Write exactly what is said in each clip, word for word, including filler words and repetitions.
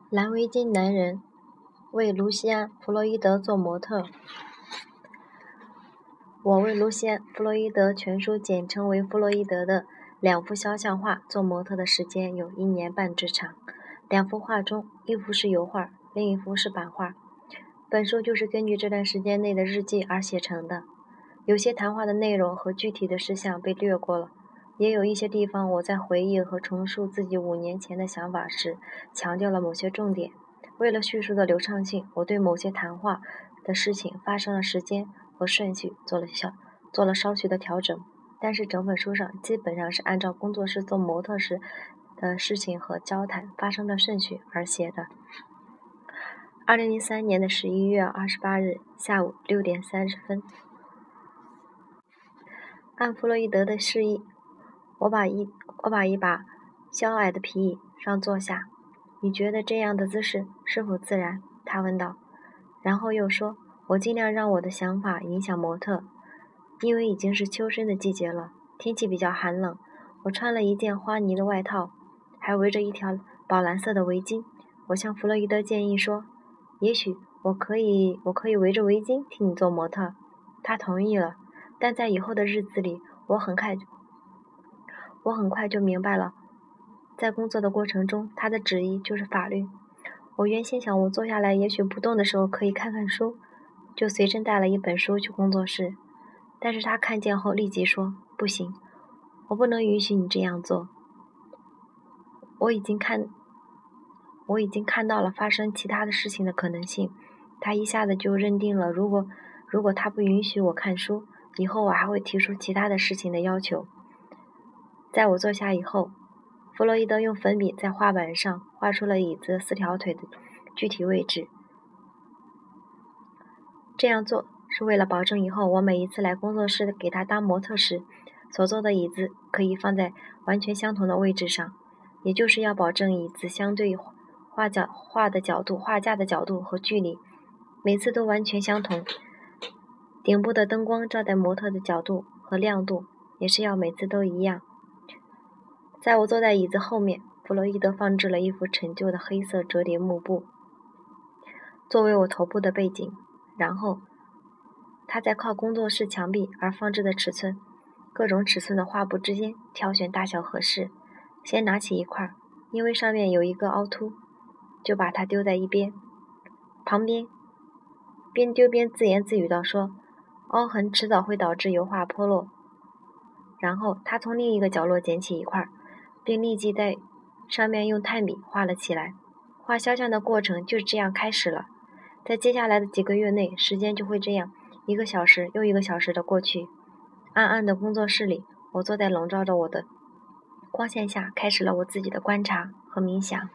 蓝围巾男人为卢西安·弗洛伊德做模特。我为卢西安·弗洛伊德全书简称为弗洛伊德的两幅肖像画做模特的时间有一年半之长。两幅画中，一幅是油画，另一幅是版画。本书就是根据这段时间内的日记而写成的。有些谈话的内容和具体的事项被略过了，也有一些地方我在回忆和重述自己五年前的想法时强调了某些重点。为了叙述的流畅性，我对某些谈话的事情发生了时间和顺序做了小做了稍许的调整，但是整本书上基本上是按照工作室做模特时的事情和交谈发生的顺序而写的。二零零三年的十一月二十八日下午六点三十分，按弗洛伊德的示意，我把一我把一把小矮的皮椅上坐下。你觉得这样的姿势是否自然？他问道。然后又说，我尽量让我的想法影响模特。因为已经是秋深的季节了，天气比较寒冷，我穿了一件花呢的外套，还围着一条宝蓝色的围巾。我向弗洛伊德建议说，也许我可以我可以围着围巾替你做模特。他同意了，但在以后的日子里，我很快我很快就明白了，在工作的过程中，他的旨意就是法律。我原先想我坐下来也许不动的时候可以看看书，就随身带了一本书去工作室。但是他看见后立即说，不行，我不能允许你这样做。我已经看我已经看到了发生其他的事情的可能性。他一下子就认定了，如果如果他不允许我看书，以后我还会提出其他的事情的要求。在我坐下以后，弗洛伊德用粉笔在画板上画出了椅子四条腿的具体位置。这样做是为了保证以后我每一次来工作室给他当模特时，所坐的椅子可以放在完全相同的位置上，也就是要保证椅子相对画角画的角度、画架的角度和距离，每次都完全相同。顶部的灯光照在模特的角度和亮度也是要每次都一样。在我坐在椅子后面，弗洛伊德放置了一幅陈旧的黑色折叠幕布，作为我头部的背景。然后他在靠工作室墙壁而放置的尺寸各种尺寸的画布之间挑选大小合适，先拿起一块，因为上面有一个凹凸，就把它丢在一边，旁边边丢边自言自语道说，凹痕迟早会导致油画脱落。然后他从另一个角落捡起一块，并立即在上面用炭笔画了起来。画肖像的过程就是这样开始了。在接下来的几个月内，时间就会这样一个小时又一个小时的过去。暗暗的工作室里，我坐在笼罩着我的光线下，开始了我自己的观察和冥想。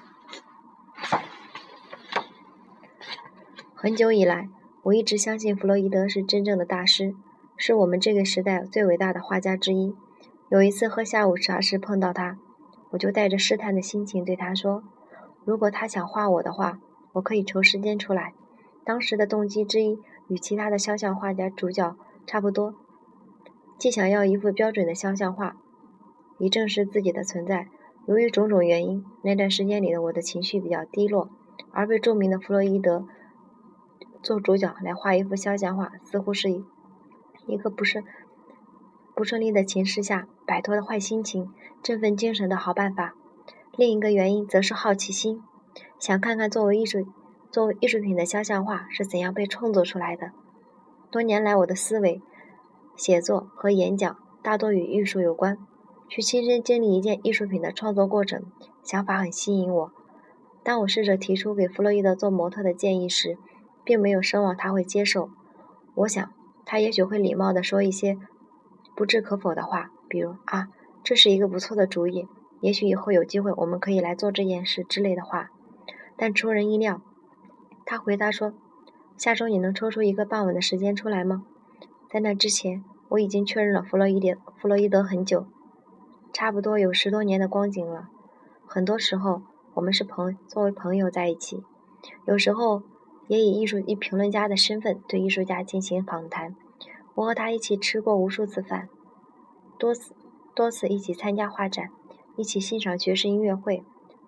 很久以来，我一直相信弗洛伊德是真正的大师，是我们这个时代最伟大的画家之一。有一次喝下午茶时碰到他，我就带着试探的心情对他说，如果他想画我的话，我可以抽时间出来。当时的动机之一与其他的肖像画家主角差不多，既想要一幅标准的肖像画，以证实自己的存在。由于种种原因，那段时间里的我的情绪比较低落，而被著名的弗洛伊德做主角来画一幅肖像画，似乎是一个不是不顺利的情势下摆脱的坏心情、振奋精神的好办法。另一个原因则是好奇心，想看看作为艺术作为艺术品的肖像画是怎样被创作出来的。多年来，我的思维、写作和演讲大多与艺术有关。去亲身经历一件艺术品的创作过程，想法很吸引我。当我试着提出给弗洛伊德做模特的建议时，并没有奢望他会接受。我想，他也许会礼貌地说一些不置可否的话，比如啊，这是一个不错的主意，也许以后有机会我们可以来做这件事之类的话。但出人意料，他回答说，下周你能抽出一个傍晚的时间出来吗？在那之前，我已经确认了弗洛伊德弗洛伊德很久，差不多有十多年的光景了。很多时候我们是朋作为朋友在一起，有时候也以艺术以评论家的身份对艺术家进行访谈。我和他一起吃过无数次饭，多次多次一起参加画展，一起欣赏爵士音乐会。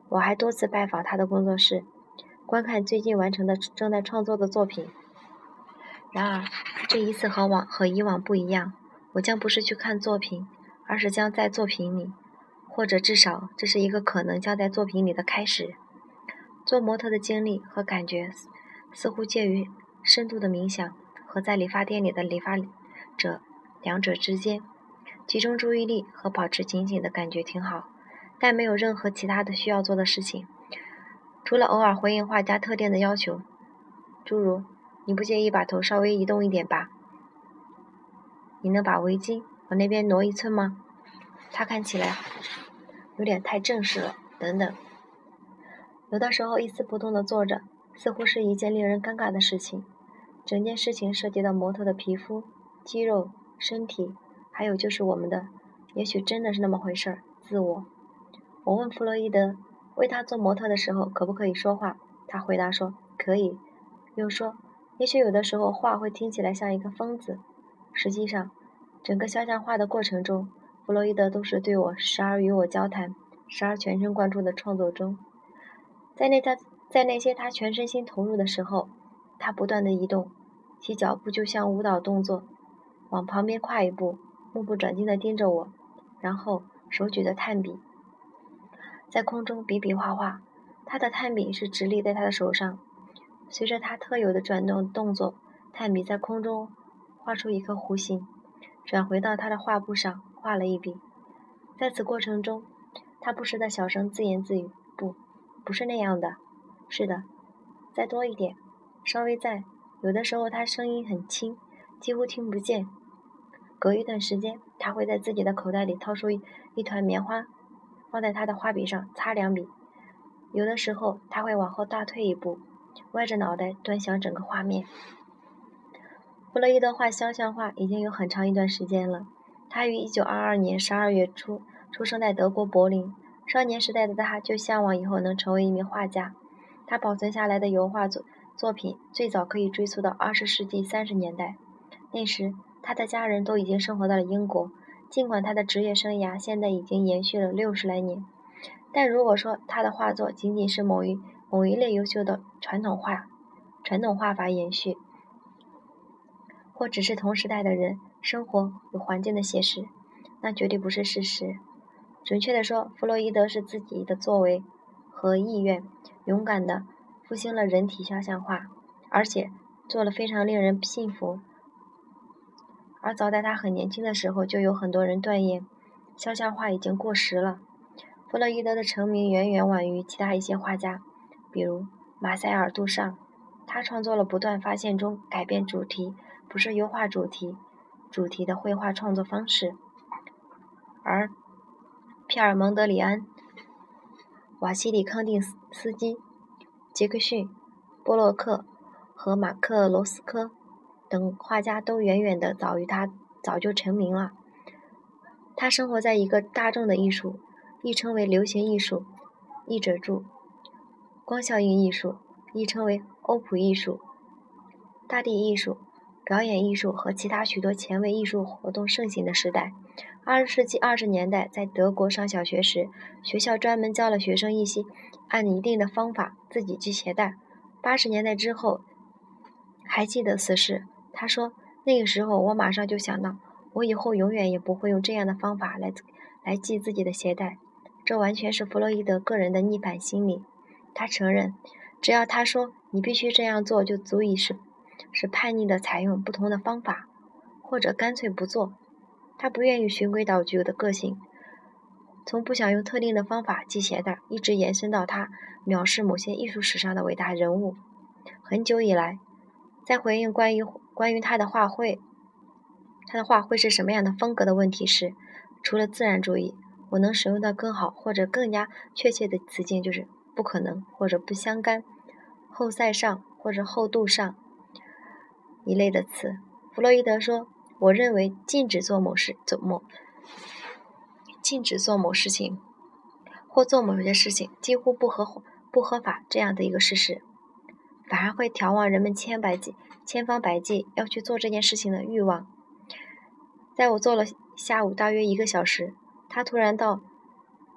我还多次拜访他的工作室，观看最近完成的正在创作的作品。然而，这一次和往和以往不一样，我将不是去看作品，而是将在作品里，或者至少这是一个可能将在作品里的开始。做模特的经历和感觉似乎介于深度的冥想和在理发店里的理发者两者之间，集中注意力和保持警醒的感觉挺好，但没有任何其他的需要做的事情，除了偶尔回应画家特定的要求，诸如你不介意把头稍微移动一点吧？你能把围巾往那边挪一寸吗？它看起来有点太正式了，等等。有的时候一丝不动地坐着，似乎是一件令人尴尬的事情。整件事情涉及到模特的皮肤、肌肉、身体，还有就是我们的，也许真的是那么回事儿，自我。我问弗洛伊德，为他做模特的时候可不可以说话？他回答说可以，又说也许有的时候话会听起来像一个疯子。实际上，整个肖像画的过程中，弗洛伊德都是对我时而与我交谈，时而全神贯注的创作中。在那他在那些他全身心投入的时候，他不断地移动，其脚步就像舞蹈动作，往旁边跨一步，目不转睛地盯着我，然后手举着炭笔，在空中比比划划。他的炭笔是直立在他的手上，随着他特有的转动动作，炭笔在空中画出一颗弧形，转回到他的画布上画了一笔。在此过程中，他不时地小声自言自语，不不是那样的，是的，再多一点，稍微再，有的时候他声音很轻，几乎听不见。隔一段时间，他会在自己的口袋里掏出一一团棉花，放在他的画笔上擦两笔。有的时候他会往后大退一步，歪着脑袋端详整个画面。弗洛伊德画肖像画已经有很长一段时间了。他于一九二二年十二月初出生在德国柏林。少年时代的他就向往以后能成为一名画家。他保存下来的油画作作品最早可以追溯到二十世纪三十年代。那时他的家人都已经生活到了英国，尽管他的职业生涯现在已经延续了六十来年，但如果说他的画作仅仅是某一某一类优秀的传统画传统画法延续，或只是同时代的人生活与环境的写实，那绝对不是事实。准确地说，弗洛伊德是自己的作为和意愿，勇敢地复兴了人体肖像画，而且做了非常令人信服。而早在他很年轻的时候，就有很多人断言，肖像画已经过时了。弗洛伊德的成名远远晚于其他一些画家，比如马塞尔·杜尚，他创作了不断发现中改变主题，不是油画主题，主题的绘画创作方式。而皮尔·蒙德里安、瓦西里·康定斯基、杰克逊、波洛克和马克·罗斯科等画家都远远的早于他早就成名了。他生活在一个大众的艺术，亦称为流行艺术，译者注：光效应艺术，亦称为欧普艺术、大地艺术、表演艺术和其他许多前卫艺术活动盛行的时代。二十世纪二十年代，在德国上小学时，学校专门教了学生一些按一定的方法自己系鞋带。八十年代之后，还记得此事。他说，那个时候我马上就想到，我以后永远也不会用这样的方法来来系自己的鞋带。这完全是弗洛伊德个人的逆反心理。他承认，只要他说你必须这样做，就足以是是叛逆的采用不同的方法，或者干脆不做。他不愿意循规蹈矩的个性，从不想用特定的方法系鞋带，一直延伸到他藐视某些艺术史上的伟大人物。很久以来，在回应关于关于他的画会，他的画会是什么样的风格的问题时，除了自然主义，我能使用到更好或者更加确切的词境就是不可能或者不相干、后塞上或者厚度上一类的词。弗洛伊德说，我认为禁止做某事做某禁止做某事情或做某些事情几乎不合不合法这样的一个事实，反而会调望人们千百计千方百计要去做这件事情的欲望。在我做了下午大约一个小时，他突然到他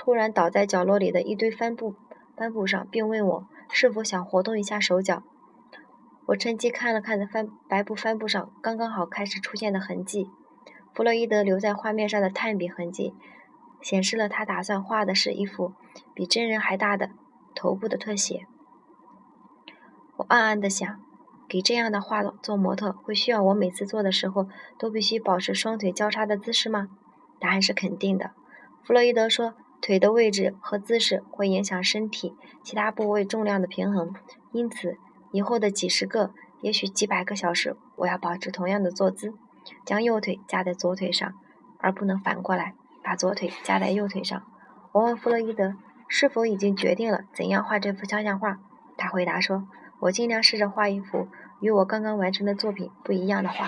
突然倒在角落里的一堆帆布帆布上，并问我是否想活动一下手脚。我趁机看了看帆白布帆布上刚刚好开始出现的痕迹，弗洛伊德留在画面上的炭笔痕迹显示了他打算画的是一幅比真人还大的头部的特写。我暗暗地想，给这样的画做模特，会需要我每次做的时候都必须保持双腿交叉的姿势吗？答案是肯定的。弗洛伊德说，腿的位置和姿势会影响身体其他部位重量的平衡，因此以后的几十个，也许几百个小时，我要保持同样的坐姿，将右腿架在左腿上，而不能反过来把左腿架在右腿上。我问弗洛伊德是否已经决定了怎样画这幅肖像画，他回答说，我尽量试着画一幅与我刚刚完成的作品不一样的画。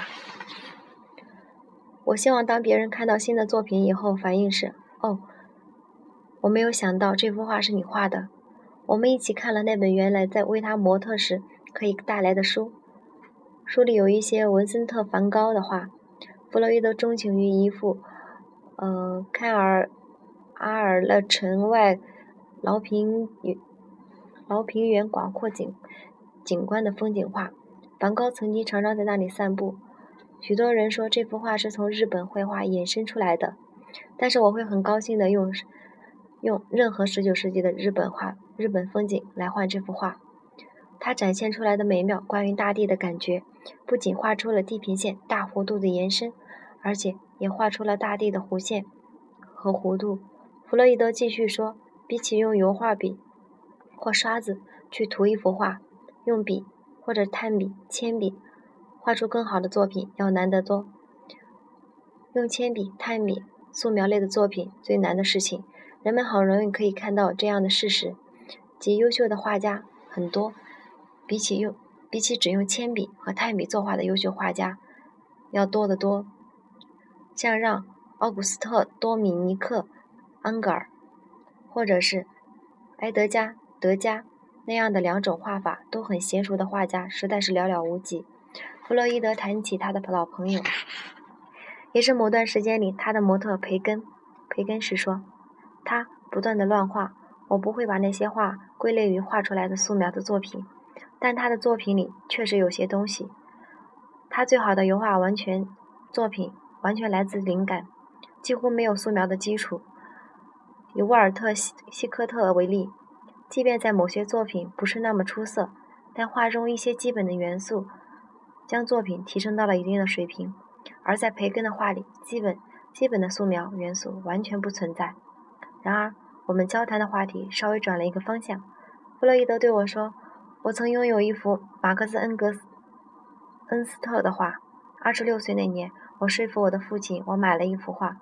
我希望当别人看到新的作品以后，反应是，哦，我没有想到这幅画是你画的。我们一起看了那本原来在为他模特时可以带来的书，书里有一些文森特·梵高的画。弗洛伊德钟情于一幅呃开尔阿尔勒城外劳平劳平原广阔景景观的风景画。梵高曾经常常在那里散步，许多人说这幅画是从日本绘画衍生出来的，但是我会很高兴地用用任何十九世纪的日本画、日本风景来换这幅画。它展现出来的美妙关于大地的感觉，不仅画出了地平线大弧度的延伸，而且也画出了大地的弧线和弧度。弗洛伊德继续说，比起用油画笔或刷子去涂一幅画，用笔或者炭笔、铅笔画出更好的作品要难得多。用铅笔、炭笔、素描类的作品最难的事情，人们很容易可以看到这样的事实，即优秀的画家很多，比起用比起只用铅笔和炭笔作画的优秀画家要多得多。像让·奥古斯特·多米尼克·安格尔或者是埃德加·德加那样的两种画法都很娴熟的画家实在是寥寥无几。弗洛伊德谈起他的老朋友，也是某段时间里他的模特培根。培根时说，他不断的乱画，我不会把那些画归类于画出来的素描的作品，但他的作品里确实有些东西。他最好的油画完全作品完全来自灵感，几乎没有素描的基础。以沃尔特·希科特为例，即便在某些作品不是那么出色，但画中一些基本的元素将作品提升到了一定的水平，而在培根的画里，基本基本的素描元素完全不存在。然而我们交谈的话题稍微转了一个方向。弗洛伊德对我说，我曾拥有一幅马克思恩格斯恩斯特的画。二十六岁那年，我说服我的父亲，我买了一幅画，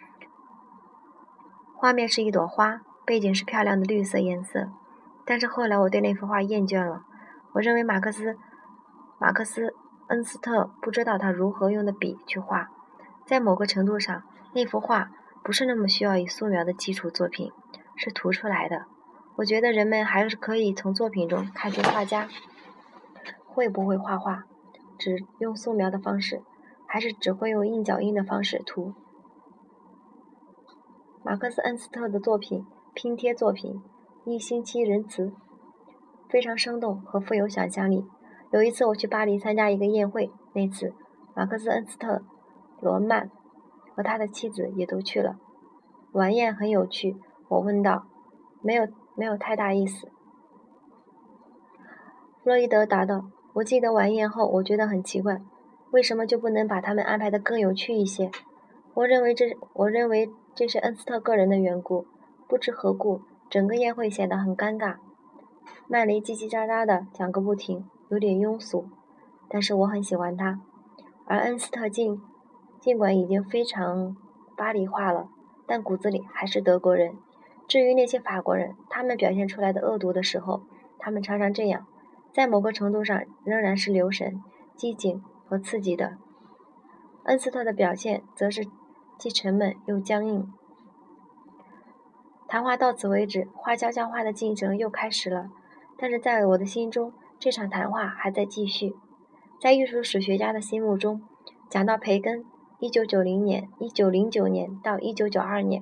画面是一朵花，背景是漂亮的绿色颜色。但是后来我对那幅画厌倦了，我认为马克思马克思恩斯特不知道他如何用的笔去画。在某个程度上，那幅画不是那么需要以素描的基础作品，是涂出来的。我觉得人们还是可以从作品中看出画家会不会画画，只用素描的方式，还是只会用印脚印的方式涂。马克思恩斯特的作品拼贴作品一星期仁慈，非常生动和富有想象力。有一次我去巴黎参加一个宴会，那次马克思恩斯特、罗曼和他的妻子也都去了。晚宴很有趣，我问道，没有没有太大意思。弗洛伊德答道，我记得晚宴后我觉得很奇怪，为什么就不能把他们安排得更有趣一些？我认为这我认为这是恩斯特个人的缘故，不知何故，整个宴会显得很尴尬。曼雷叽叽喳喳地讲个不停，有点庸俗，但是我很喜欢他。而恩斯特尽尽管已经非常巴黎化了，但骨子里还是德国人。至于那些法国人，他们表现出来的恶毒的时候，他们常常这样，在某个程度上仍然是留神、机警和刺激的。恩斯特的表现则是既沉闷又僵硬。谈话到此为止，画肖像画的进程又开始了，但是在我的心中，这场谈话还在继续。在艺术史学家的心目中，讲到培根一九九零年、一九零九年到一九九二年，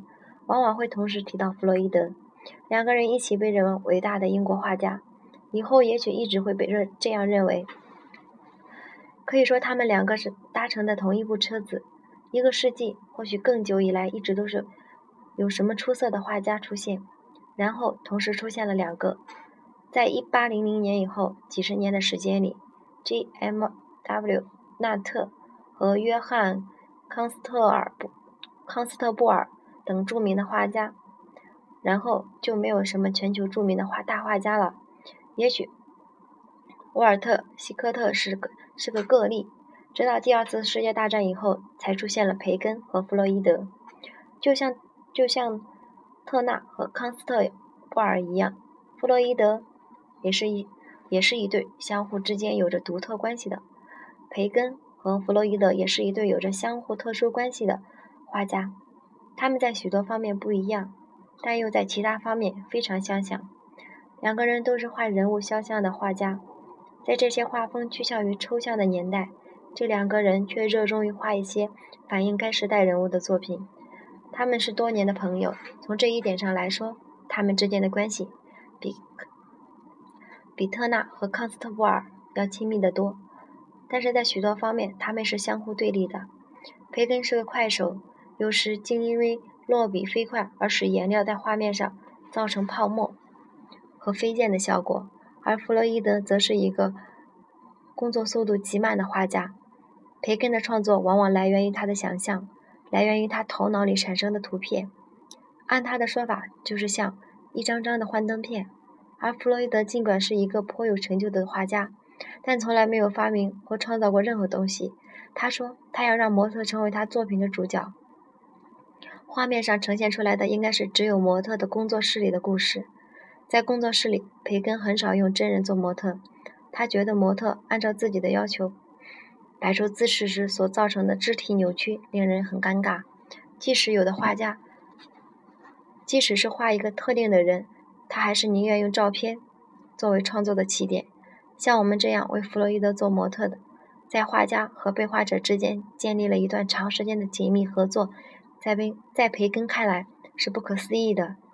往往会同时提到弗洛伊德。两个人一起被认为伟大的英国画家，以后也许一直会被认这样认为。可以说他们两个是搭乘的同一部车子，一个世纪或许更久以来一直都是有什么出色的画家出现，然后同时出现了两个。在一八零零年以后几十年的时间里， G M W 纳特和约翰康斯特尔布康斯特布尔等著名的画家，然后就没有什么全球著名的画大画家了。也许沃尔特·希科特是个是个个例，直到第二次世界大战以后，才出现了培根和弗洛伊德。就像就像特纳和康斯特布尔一样，弗洛伊德也是一也是一对相互之间有着独特关系的，培根和弗洛伊德也是一对有着相互特殊关系的画家。他们在许多方面不一样，但又在其他方面非常相像。两个人都是画人物肖像的画家，在这些画风趋向于抽象的年代，这两个人却热衷于画一些反映该时代人物的作品。他们是多年的朋友，从这一点上来说，他们之间的关系比比特纳和康斯特布尔要亲密得多。但是在许多方面，他们是相互对立的。培根是个快手，有时竟因为落笔飞快而使颜料在画面上造成泡沫和飞溅的效果，而弗洛伊德则是一个工作速度极慢的画家。培根的创作往往来源于他的想象，来源于他头脑里产生的图片，按他的说法就是像一张张的幻灯片。而弗洛伊德尽管是一个颇有成就的画家，但从来没有发明或创造过任何东西。他说他要让模特成为他作品的主角，画面上呈现出来的应该是只有模特的工作室里的故事。在工作室里，培根很少用真人做模特，他觉得模特按照自己的要求摆出姿势时所造成的肢体扭曲令人很尴尬。即使有的画家即使是画一个特定的人，他还是宁愿用照片作为创作的起点。像我们这样为弗洛伊德做模特的，在画家和被画者之间建立了一段长时间的紧密合作，在培在培根看来是不可思议的。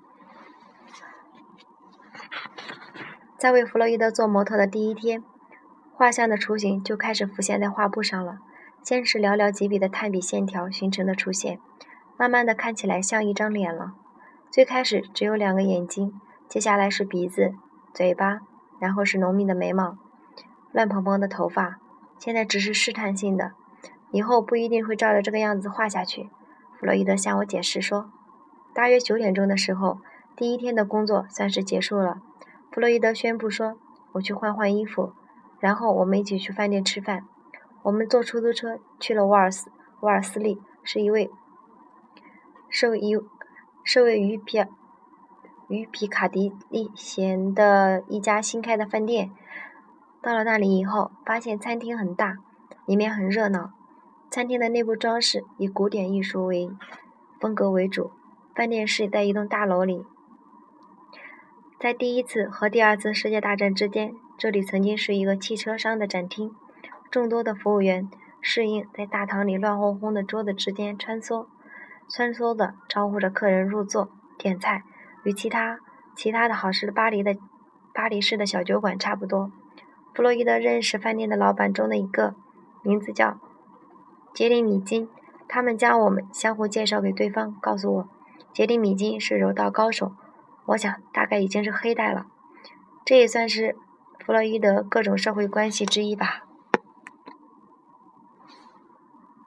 在为弗洛伊德做模特的第一天，画像的雏形就开始浮现在画布上了。先是寥寥几笔的炭笔线条形成的出现，慢慢的看起来像一张脸了。最开始只有两个眼睛，接下来是鼻子、嘴巴，然后是浓密的眉毛、乱蓬蓬的头发，现在只是试探性的，以后不一定会照着这个样子画下去。弗洛伊德向我解释说，大约九点钟的时候，第一天的工作算是结束了。弗洛伊德宣布说，我去换换衣服，然后我们一起去饭店吃饭。我们坐出租车去了沃尔斯沃尔斯利，是一位是位于是位于皮于皮卡迪利线的一家新开的饭店。到了那里以后，发现餐厅很大，里面很热闹。餐厅的内部装饰以古典艺术为风格为主。饭店是在一栋大楼里。在第一次和第二次世界大战之间，这里曾经是一个汽车商的展厅，众多的服务员适应在大堂里乱哄哄的桌子之间穿梭，穿梭的招呼着客人入座点菜，与其他其他的好似巴黎的巴黎市的小酒馆差不多。弗洛伊德认识饭店的老板中的一个，名字叫杰里米金，他们将我们相互介绍给对方，告诉我杰里米金是柔道高手，我想大概已经是黑带了。这也算是弗洛伊德各种社会关系之一吧。